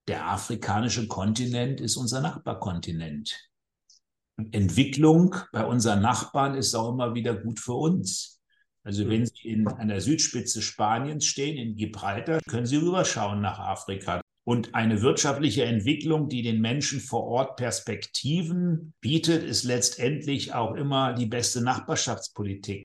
Der afrikanische Kontinent ist unser Nachbarkontinent. Entwicklung bei unseren Nachbarn ist auch immer wieder gut für uns. Also wenn Sie an der Südspitze Spaniens stehen, in Gibraltar, können Sie rüberschauen nach Afrika. Und eine wirtschaftliche Entwicklung, die den Menschen vor Ort Perspektiven bietet, ist letztendlich auch immer die beste Nachbarschaftspolitik.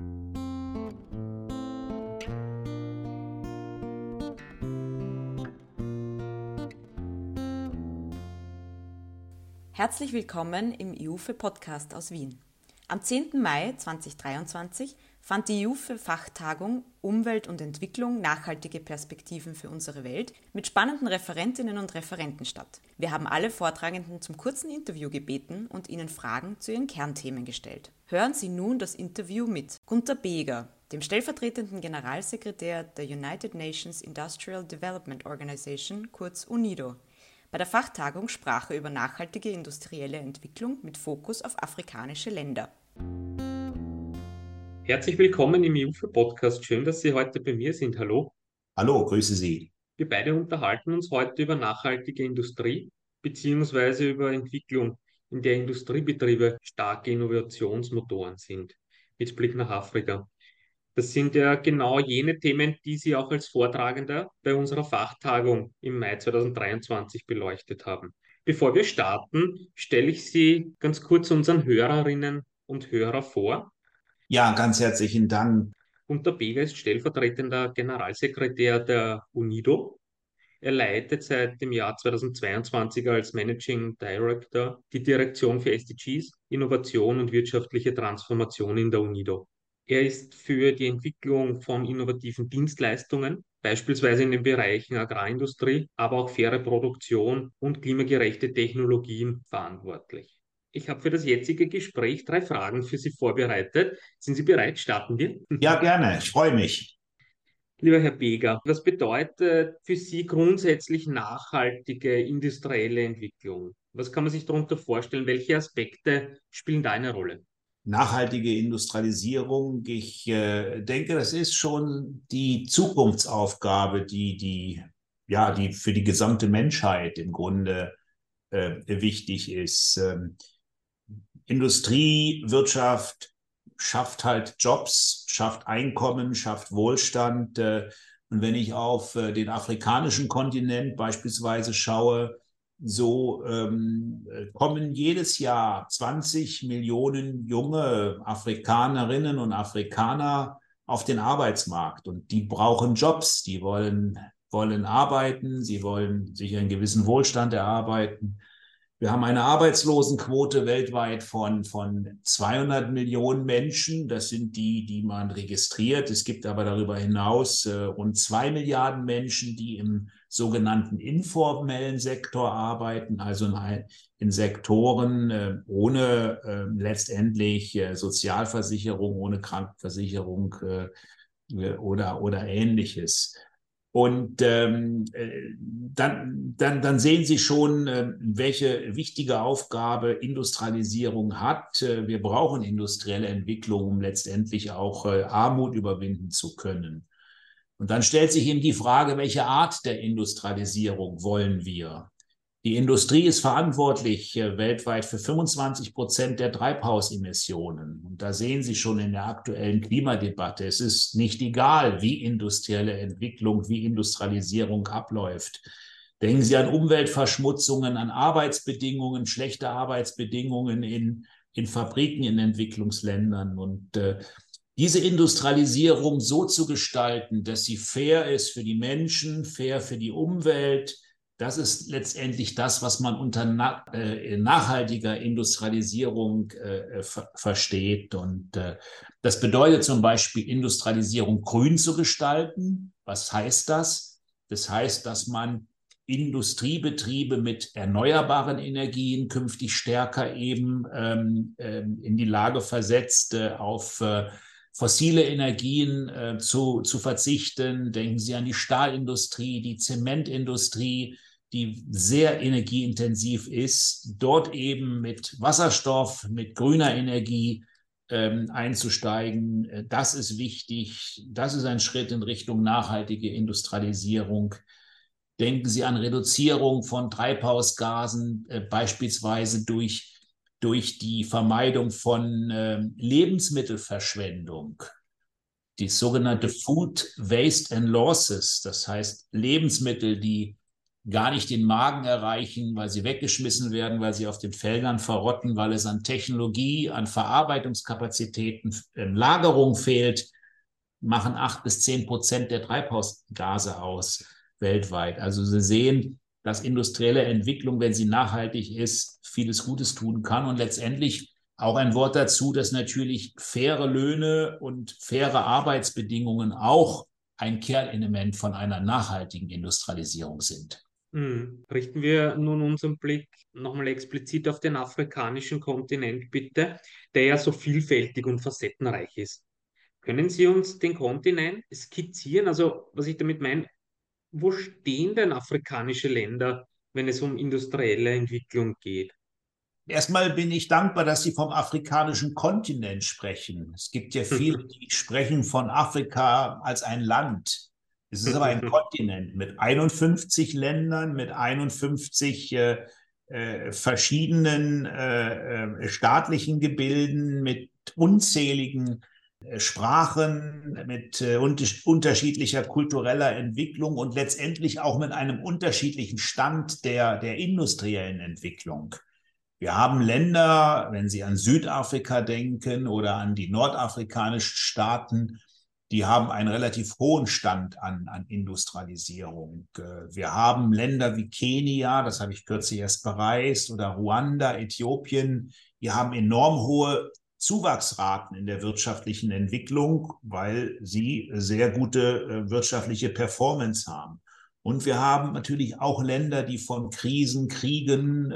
Herzlich willkommen im IUFE-Podcast aus Wien. Am 10. Mai 2023 fand die IUFE-Fachtagung Umwelt und Entwicklung – Nachhaltige Perspektiven für unsere Welt mit spannenden Referentinnen und Referenten statt. Wir haben alle Vortragenden zum kurzen Interview gebeten und ihnen Fragen zu ihren Kernthemen gestellt. Hören Sie nun das Interview mit Gunter Beger, dem stellvertretenden Generalsekretär der United Nations Industrial Development Organization, kurz UNIDO. Bei der Fachtagung sprach er über nachhaltige industrielle Entwicklung mit Fokus auf afrikanische Länder. Herzlich willkommen im IUFE-Podcast. Schön, dass Sie heute bei mir sind. Hallo. Hallo, grüße Sie. Wir beide unterhalten uns heute über nachhaltige Industrie beziehungsweise über Entwicklung, in der Industriebetriebe starke Innovationsmotoren sind. Mit Blick nach Afrika. Das sind ja genau jene Themen, die Sie auch als Vortragender bei unserer Fachtagung im Mai 2023 beleuchtet haben. Bevor wir starten, stelle ich Sie ganz kurz unseren Hörerinnen und Hörern vor. Ja, ganz herzlichen Dank. Gunter Beger ist stellvertretender Generalsekretär der UNIDO. Er leitet seit dem Jahr 2022 als Managing Director die Direktion für SDGs, Innovation und wirtschaftliche Transformation in der UNIDO. Er ist für die Entwicklung von innovativen Dienstleistungen, beispielsweise in den Bereichen Agrarindustrie, aber auch faire Produktion und klimagerechte Technologien verantwortlich. Ich habe für das jetzige Gespräch 3 Fragen für Sie vorbereitet. Sind Sie bereit? Starten wir? Ja, gerne. Ich freue mich. Lieber Herr Beger, was bedeutet für Sie grundsätzlich nachhaltige industrielle Entwicklung? Was kann man sich darunter vorstellen? Welche Aspekte spielen da eine Rolle? Nachhaltige Industrialisierung. Ich denke, das ist schon die Zukunftsaufgabe, die für die gesamte Menschheit im Grunde wichtig ist. Industrie, Wirtschaft schafft halt Jobs, schafft Einkommen, schafft Wohlstand. Und wenn ich auf den afrikanischen Kontinent beispielsweise schaue, so kommen jedes Jahr 20 Millionen junge Afrikanerinnen und Afrikaner auf den Arbeitsmarkt. Und die brauchen Jobs, die wollen arbeiten, sie wollen sich einen gewissen Wohlstand erarbeiten. Wir haben eine Arbeitslosenquote weltweit von 200 Millionen Menschen. Das sind die man registriert. Es gibt aber darüber hinaus rund 2 Milliarden Menschen, die im sogenannten informellen Sektor arbeiten, also in Sektoren ohne letztendlich Sozialversicherung, ohne Krankenversicherung oder Ähnliches. Und dann sehen Sie schon, welche wichtige Aufgabe Industrialisierung hat. Wir brauchen industrielle Entwicklung, um letztendlich auch Armut überwinden zu können. Und dann stellt sich eben die Frage, welche Art der Industrialisierung wollen wir? Die Industrie ist verantwortlich weltweit für 25% der Treibhausemissionen. Und da sehen Sie schon in der aktuellen Klimadebatte, es ist nicht egal, wie industrielle Entwicklung, wie Industrialisierung abläuft. Denken Sie an Umweltverschmutzungen, an Arbeitsbedingungen, schlechte Arbeitsbedingungen in Fabriken in Entwicklungsländern. Und diese Industrialisierung so zu gestalten, dass sie fair ist für die Menschen, fair für die Umwelt, das ist letztendlich das, was man unter nachhaltiger Industrialisierung versteht. Und das bedeutet zum Beispiel, Industrialisierung grün zu gestalten. Was heißt das? Das heißt, dass man Industriebetriebe mit erneuerbaren Energien künftig stärker eben in die Lage versetzt, auf fossile Energien zu verzichten. Denken Sie an die Stahlindustrie, die Zementindustrie, die sehr energieintensiv ist, dort eben mit Wasserstoff, mit grüner Energie einzusteigen. Das ist wichtig. Das ist ein Schritt in Richtung nachhaltige Industrialisierung. Denken Sie an Reduzierung von Treibhausgasen, beispielsweise durch die Vermeidung von Lebensmittelverschwendung. Die sogenannte Food Waste and Losses, das heißt Lebensmittel, die gar nicht den Magen erreichen, weil sie weggeschmissen werden, weil sie auf den Feldern verrotten, weil es an Technologie, an Verarbeitungskapazitäten, Lagerung fehlt, machen 8-10% der Treibhausgase aus weltweit. Also Sie sehen, dass industrielle Entwicklung, wenn sie nachhaltig ist, vieles Gutes tun kann und letztendlich auch ein Wort dazu, dass natürlich faire Löhne und faire Arbeitsbedingungen auch ein Kernelement von einer nachhaltigen Industrialisierung sind. Richten wir nun unseren Blick nochmal explizit auf den afrikanischen Kontinent, bitte, der ja so vielfältig und facettenreich ist. Können Sie uns den Kontinent skizzieren? Also, was ich damit meine, wo stehen denn afrikanische Länder, wenn es um industrielle Entwicklung geht? Erstmal bin ich dankbar, dass Sie vom afrikanischen Kontinent sprechen. Es gibt ja viele, die sprechen von Afrika als ein Land. Es ist aber ein Kontinent mit 51 Ländern, mit 51 verschiedenen staatlichen Gebilden, mit unzähligen Sprachen, mit unterschiedlicher kultureller Entwicklung und letztendlich auch mit einem unterschiedlichen Stand der industriellen Entwicklung. Wir haben Länder, wenn Sie an Südafrika denken oder an die nordafrikanischen Staaten, die haben einen relativ hohen Stand an Industrialisierung. Wir haben Länder wie Kenia, das habe ich kürzlich erst bereist, oder Ruanda, Äthiopien, die haben enorm hohe Zuwachsraten in der wirtschaftlichen Entwicklung, weil sie sehr gute wirtschaftliche Performance haben. Und wir haben natürlich auch Länder, die von Krisen, Kriegen,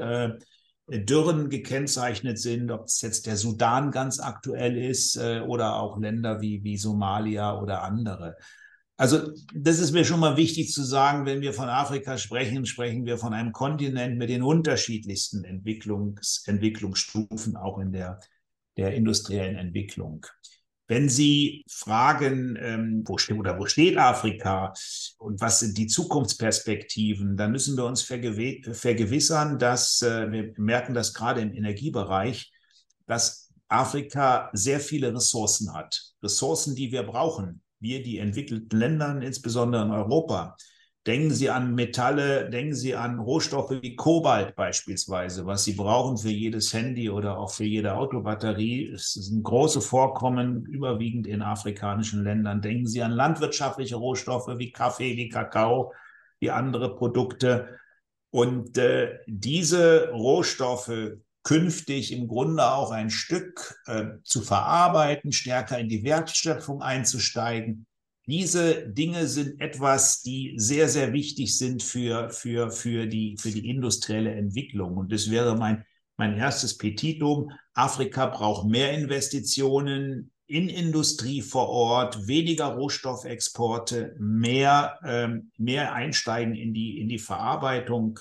Dürren gekennzeichnet sind, ob es jetzt der Sudan ganz aktuell ist oder auch Länder wie Somalia oder andere. Also das ist mir schon mal wichtig zu sagen, wenn wir von Afrika sprechen, sprechen wir von einem Kontinent mit den unterschiedlichsten Entwicklungsstufen, auch in der industriellen Entwicklung. Wenn Sie fragen, wo steht Afrika und was sind die Zukunftsperspektiven, dann müssen wir uns vergewissern, dass wir merken das gerade im Energiebereich, dass Afrika sehr viele Ressourcen hat. Ressourcen, die wir brauchen. Wir, die entwickelten Länder, insbesondere in Europa. Denken Sie an Metalle, denken Sie an Rohstoffe wie Kobalt beispielsweise, was Sie brauchen für jedes Handy oder auch für jede Autobatterie. Es sind große Vorkommen, überwiegend in afrikanischen Ländern. Denken Sie an landwirtschaftliche Rohstoffe wie Kaffee, wie Kakao, wie andere Produkte. Und diese Rohstoffe künftig im Grunde auch ein Stück zu verarbeiten, stärker in die Wertschöpfung einzusteigen. Diese Dinge sind etwas, die sehr, sehr wichtig sind für die industrielle Entwicklung. Und das wäre mein erstes Petitum. Afrika braucht mehr Investitionen in Industrie vor Ort, weniger Rohstoffexporte, mehr Einsteigen in die Verarbeitung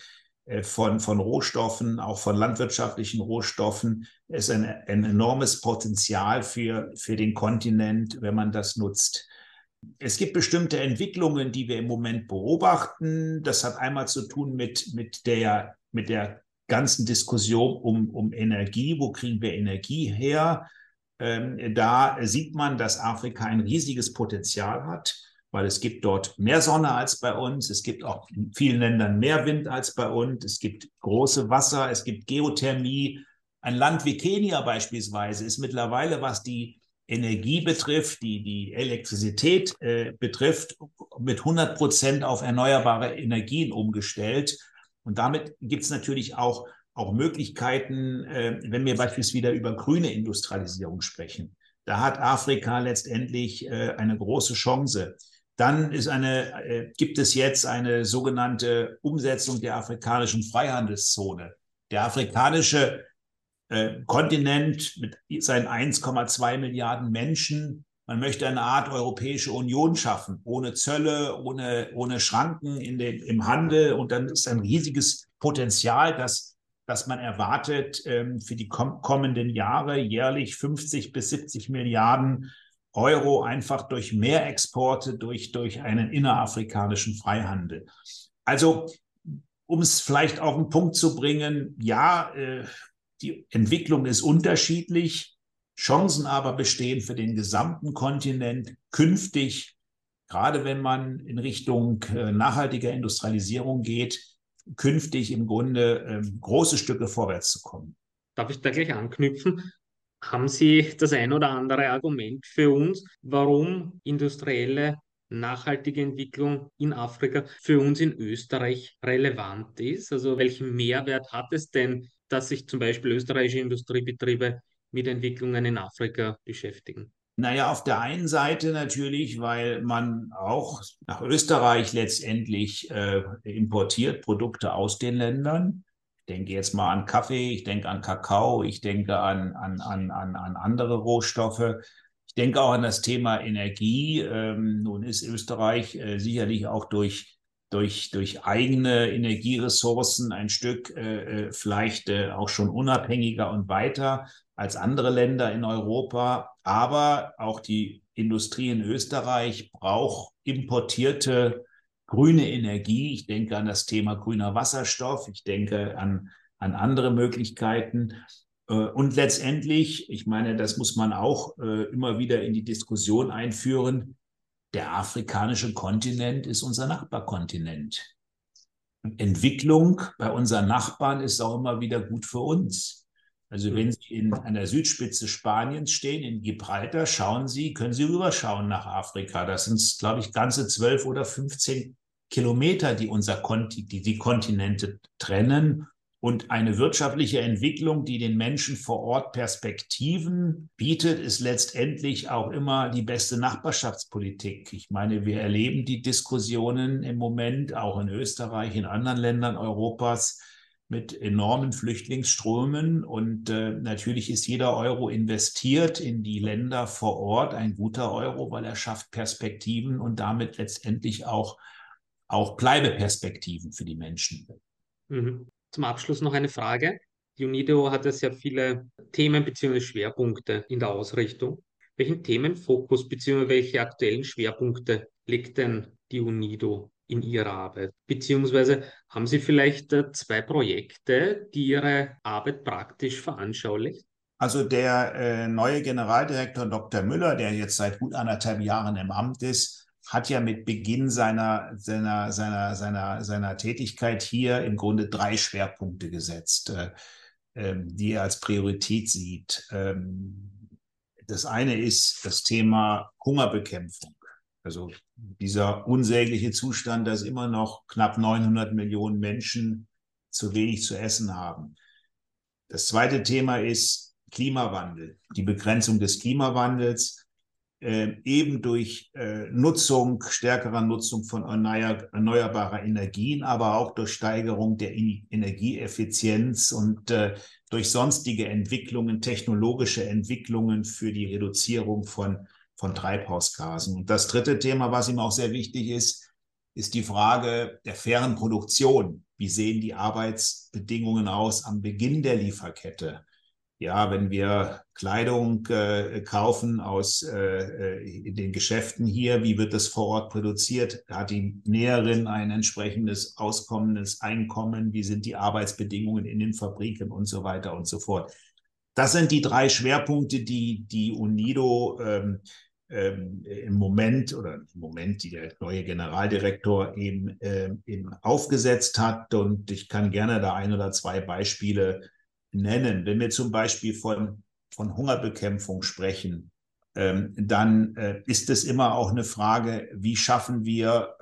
von Rohstoffen, auch von landwirtschaftlichen Rohstoffen. Es ist ein enormes Potenzial für den Kontinent, wenn man das nutzt. Es gibt bestimmte Entwicklungen, die wir im Moment beobachten. Das hat einmal zu tun mit der ganzen Diskussion um Energie. Wo kriegen wir Energie her? Da sieht man, dass Afrika ein riesiges Potenzial hat, weil es gibt dort mehr Sonne als bei uns. Es gibt auch in vielen Ländern mehr Wind als bei uns. Es gibt große Wasser, es gibt Geothermie. Ein Land wie Kenia beispielsweise ist mittlerweile, was die Energie betrifft, die Elektrizität betrifft, mit 100% auf erneuerbare Energien umgestellt. Und damit gibt es natürlich auch Möglichkeiten, wenn wir beispielsweise wieder über grüne Industrialisierung sprechen. Da hat Afrika letztendlich eine große Chance. Dann gibt es jetzt eine sogenannte Umsetzung der afrikanischen Freihandelszone. Der afrikanische Kontinent mit seinen 1,2 Milliarden Menschen. Man möchte eine Art Europäische Union schaffen, ohne Zölle, ohne Schranken im Handel. Und dann ist ein riesiges Potenzial, dass man erwartet, für die kommenden Jahre jährlich 50 bis 70 Milliarden Euro einfach durch Mehrexporte, durch einen innerafrikanischen Freihandel. Also, um es vielleicht auf den Punkt zu bringen, ja, die Entwicklung ist unterschiedlich, Chancen aber bestehen für den gesamten Kontinent künftig, gerade wenn man in Richtung nachhaltiger Industrialisierung geht, künftig im Grunde große Stücke vorwärts zu kommen. Darf ich da gleich anknüpfen? Haben Sie das ein oder andere Argument für uns, warum industrielle, nachhaltige Entwicklung in Afrika für uns in Österreich relevant ist? Also welchen Mehrwert hat es denn, dass sich zum Beispiel österreichische Industriebetriebe mit Entwicklungen in Afrika beschäftigen? Naja, auf der einen Seite natürlich, weil man auch nach Österreich letztendlich importiert Produkte aus den Ländern. Ich denke jetzt mal an Kaffee, ich denke an Kakao, ich denke an andere Rohstoffe. Ich denke auch an das Thema Energie. Nun ist Österreich sicherlich auch durch eigene Energieressourcen ein Stück vielleicht auch schon unabhängiger und weiter als andere Länder in Europa. Aber auch die Industrie in Österreich braucht importierte grüne Energie. Ich denke an das Thema grüner Wasserstoff. Ich denke an andere Möglichkeiten. Und letztendlich, ich meine, das muss man auch immer wieder in die Diskussion einführen, der afrikanische Kontinent ist unser Nachbarkontinent. Entwicklung bei unseren Nachbarn ist auch immer wieder gut für uns. Also wenn Sie an der Südspitze Spaniens stehen, in Gibraltar, können Sie rüberschauen nach Afrika. Das sind, glaube ich, ganze 12 oder 15 Kilometer, die die Kontinente trennen. Und eine wirtschaftliche Entwicklung, die den Menschen vor Ort Perspektiven bietet, ist letztendlich auch immer die beste Nachbarschaftspolitik. Ich meine, wir erleben die Diskussionen im Moment auch in Österreich, in anderen Ländern Europas mit enormen Flüchtlingsströmen. Und natürlich ist jeder Euro investiert in die Länder vor Ort ein guter Euro, weil er schafft Perspektiven und damit letztendlich auch Bleibeperspektiven für die Menschen. Mhm. Zum Abschluss noch eine Frage. Die UNIDO hat ja sehr viele Themen bzw. Schwerpunkte in der Ausrichtung. Welchen Themenfokus bzw. welche aktuellen Schwerpunkte legt denn die UNIDO in ihrer Arbeit? Beziehungsweise haben Sie vielleicht zwei Projekte, die Ihre Arbeit praktisch veranschaulichen? Also der neue Generaldirektor Dr. Müller, der jetzt seit gut 1,5 Jahren im Amt ist, hat ja mit Beginn seiner Tätigkeit hier im Grunde 3 Schwerpunkte gesetzt, die er als Priorität sieht. Das eine ist das Thema Hungerbekämpfung. Also dieser unsägliche Zustand, dass immer noch knapp 900 Millionen Menschen zu wenig zu essen haben. Das zweite Thema ist Klimawandel, die Begrenzung des Klimawandels, eben durch stärkerer Nutzung von erneuerbarer Energien, aber auch durch Steigerung der Energieeffizienz und durch sonstige Entwicklungen, technologische Entwicklungen für die Reduzierung von Treibhausgasen. Und das dritte Thema, was ihm auch sehr wichtig ist die Frage der fairen Produktion. Wie sehen die Arbeitsbedingungen aus am Beginn der Lieferkette? Ja, wenn wir Kleidung kaufen in den Geschäften hier, wie wird das vor Ort produziert? Hat die Näherin ein entsprechendes auskommendes Einkommen? Wie sind die Arbeitsbedingungen in den Fabriken und so weiter und so fort? Das sind die 3 Schwerpunkte, die UNIDO im Moment, die der neue Generaldirektor eben aufgesetzt hat. Und ich kann gerne da 1 oder 2 Beispiele nennen. Wenn wir zum Beispiel von Hungerbekämpfung sprechen, dann ist es immer auch eine Frage, wie schaffen wir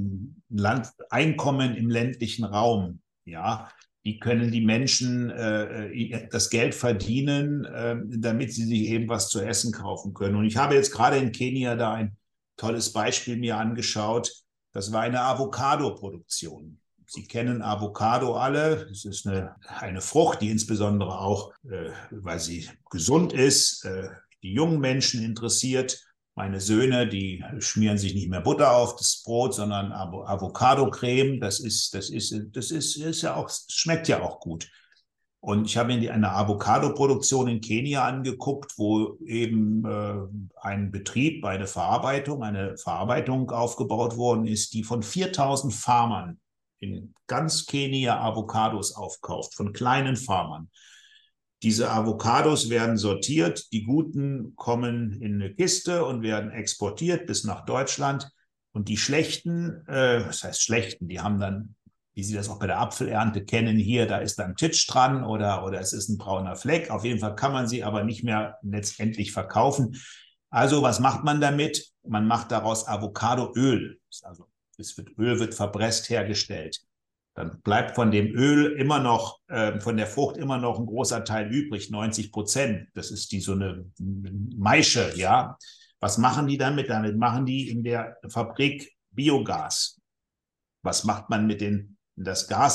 Einkommen im ländlichen Raum? Ja, wie können die Menschen das Geld verdienen, damit sie sich eben was zu essen kaufen können? Und ich habe jetzt gerade in Kenia da ein tolles Beispiel mir angeschaut. Das war eine Avocado-Produktion. Sie kennen Avocado alle. Es ist eine Frucht, die insbesondere auch, weil sie gesund ist, die jungen Menschen interessiert. Meine Söhne, die schmieren sich nicht mehr Butter auf das Brot, sondern Avocado-Creme. Das ist ja auch, schmeckt ja auch gut. Und ich habe mir eine Avocado-Produktion in Kenia angeguckt, wo eben ein Betrieb, eine Verarbeitung aufgebaut worden ist, die von 4.000 Farmern in ganz Kenia Avocados aufkauft von kleinen Farmern. Diese Avocados werden sortiert, die guten kommen in eine Kiste und werden exportiert bis nach Deutschland. Und die schlechten, was heißt schlechten, die haben dann, wie Sie das auch bei der Apfelernte kennen, hier, da ist dann Titsch dran oder es ist ein brauner Fleck. Auf jeden Fall kann man sie aber nicht mehr letztendlich verkaufen. Also was macht man damit? Man macht daraus Avocadoöl. Also Öl wird verbresst hergestellt. Dann bleibt von dem Öl immer noch, von der Frucht immer noch ein großer Teil übrig, 90%. Das ist so eine Maische, ja. Was machen die damit? Damit machen die in der Fabrik Biogas. Was macht man mit das Gas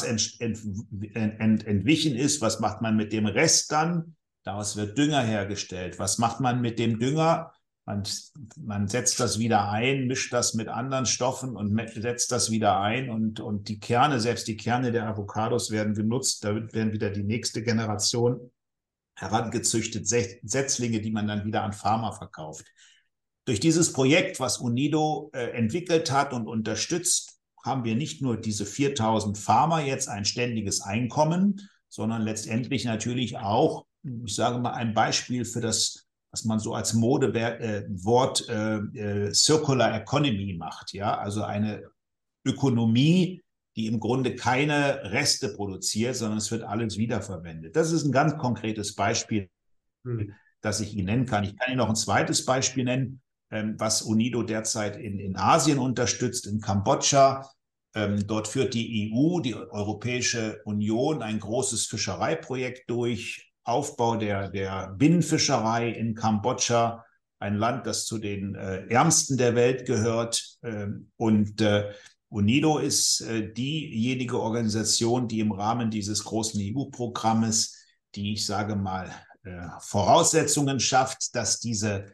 entwichen ist? Was macht man mit dem Rest dann? Daraus wird Dünger hergestellt. Was macht man mit dem Dünger? Man setzt das wieder ein, mischt das mit anderen Stoffen und setzt das wieder ein und die Kerne, selbst die Kerne der Avocados werden genutzt. Da werden wieder die nächste Generation herangezüchtet, Setzlinge, die man dann wieder an Farmer verkauft. Durch dieses Projekt, was UNIDO entwickelt hat und unterstützt, haben wir nicht nur diese 4.000 Farmer jetzt ein ständiges Einkommen, sondern letztendlich natürlich auch, ich sage mal, ein Beispiel für das, was man so als Modewort Circular Economy macht, ja, also eine Ökonomie, die im Grunde keine Reste produziert, sondern es wird alles wiederverwendet. Das ist ein ganz konkretes Beispiel, das ich Ihnen nennen kann. Ich kann Ihnen noch ein zweites Beispiel nennen, was UNIDO derzeit in Asien unterstützt, in Kambodscha. Dort führt die EU, die Europäische Union, ein großes Fischereiprojekt durch, Aufbau der Binnenfischerei in Kambodscha, ein Land, das zu den ärmsten der Welt gehört. Und UNIDO ist diejenige Organisation, die im Rahmen dieses großen EU-Programmes, die, ich sage mal, Voraussetzungen schafft, dass diese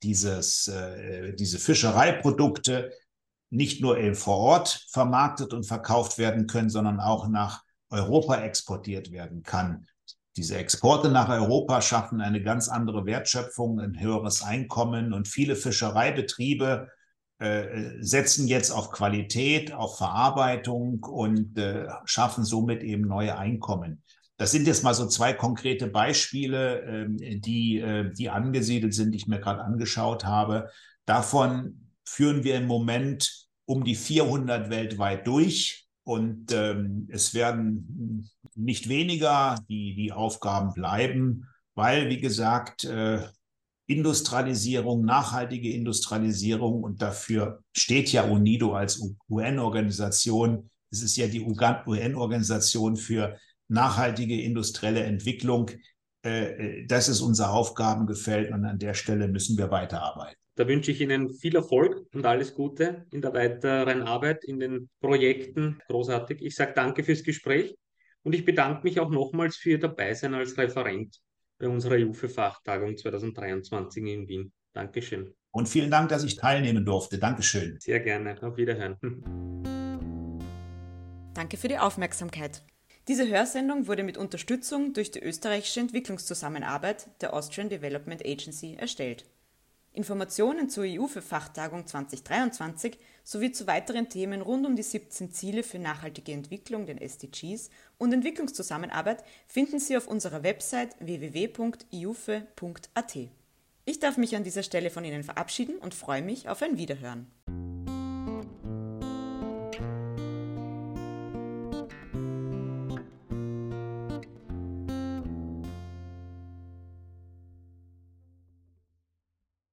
Fischereiprodukte nicht nur vor Ort vermarktet und verkauft werden können, sondern auch nach Europa exportiert werden kann. Diese Exporte nach Europa schaffen eine ganz andere Wertschöpfung, ein höheres Einkommen und viele Fischereibetriebe setzen jetzt auf Qualität, auf Verarbeitung und schaffen somit eben neue Einkommen. Das sind jetzt mal so zwei konkrete Beispiele, die angesiedelt sind, die ich mir gerade angeschaut habe. Davon führen wir im Moment um die 400 weltweit durch. Und es werden nicht weniger, die Aufgaben bleiben, weil, wie gesagt, Industrialisierung, nachhaltige Industrialisierung, und dafür steht ja UNIDO als UN-Organisation. Es ist ja die UN-Organisation für nachhaltige industrielle Entwicklung. Das ist unser Aufgabengefeld und an der Stelle müssen wir weiterarbeiten. Da wünsche ich Ihnen viel Erfolg und alles Gute in der weiteren Arbeit, in den Projekten. Großartig. Ich sage danke fürs Gespräch und ich bedanke mich auch nochmals für Ihr Dabeisein als Referent bei unserer IUFE-Fachtagung 2023 in Wien. Dankeschön. Und vielen Dank, dass ich teilnehmen durfte. Dankeschön. Sehr gerne. Auf Wiederhören. Danke für die Aufmerksamkeit. Diese Hörsendung wurde mit Unterstützung durch die österreichische Entwicklungszusammenarbeit der Austrian Development Agency erstellt. Informationen zur IUFE-Fachtagung 2023 sowie zu weiteren Themen rund um die 17 Ziele für nachhaltige Entwicklung, den SDGs, und Entwicklungszusammenarbeit finden Sie auf unserer Website www.iufe.at. Ich darf mich an dieser Stelle von Ihnen verabschieden und freue mich auf ein Wiederhören.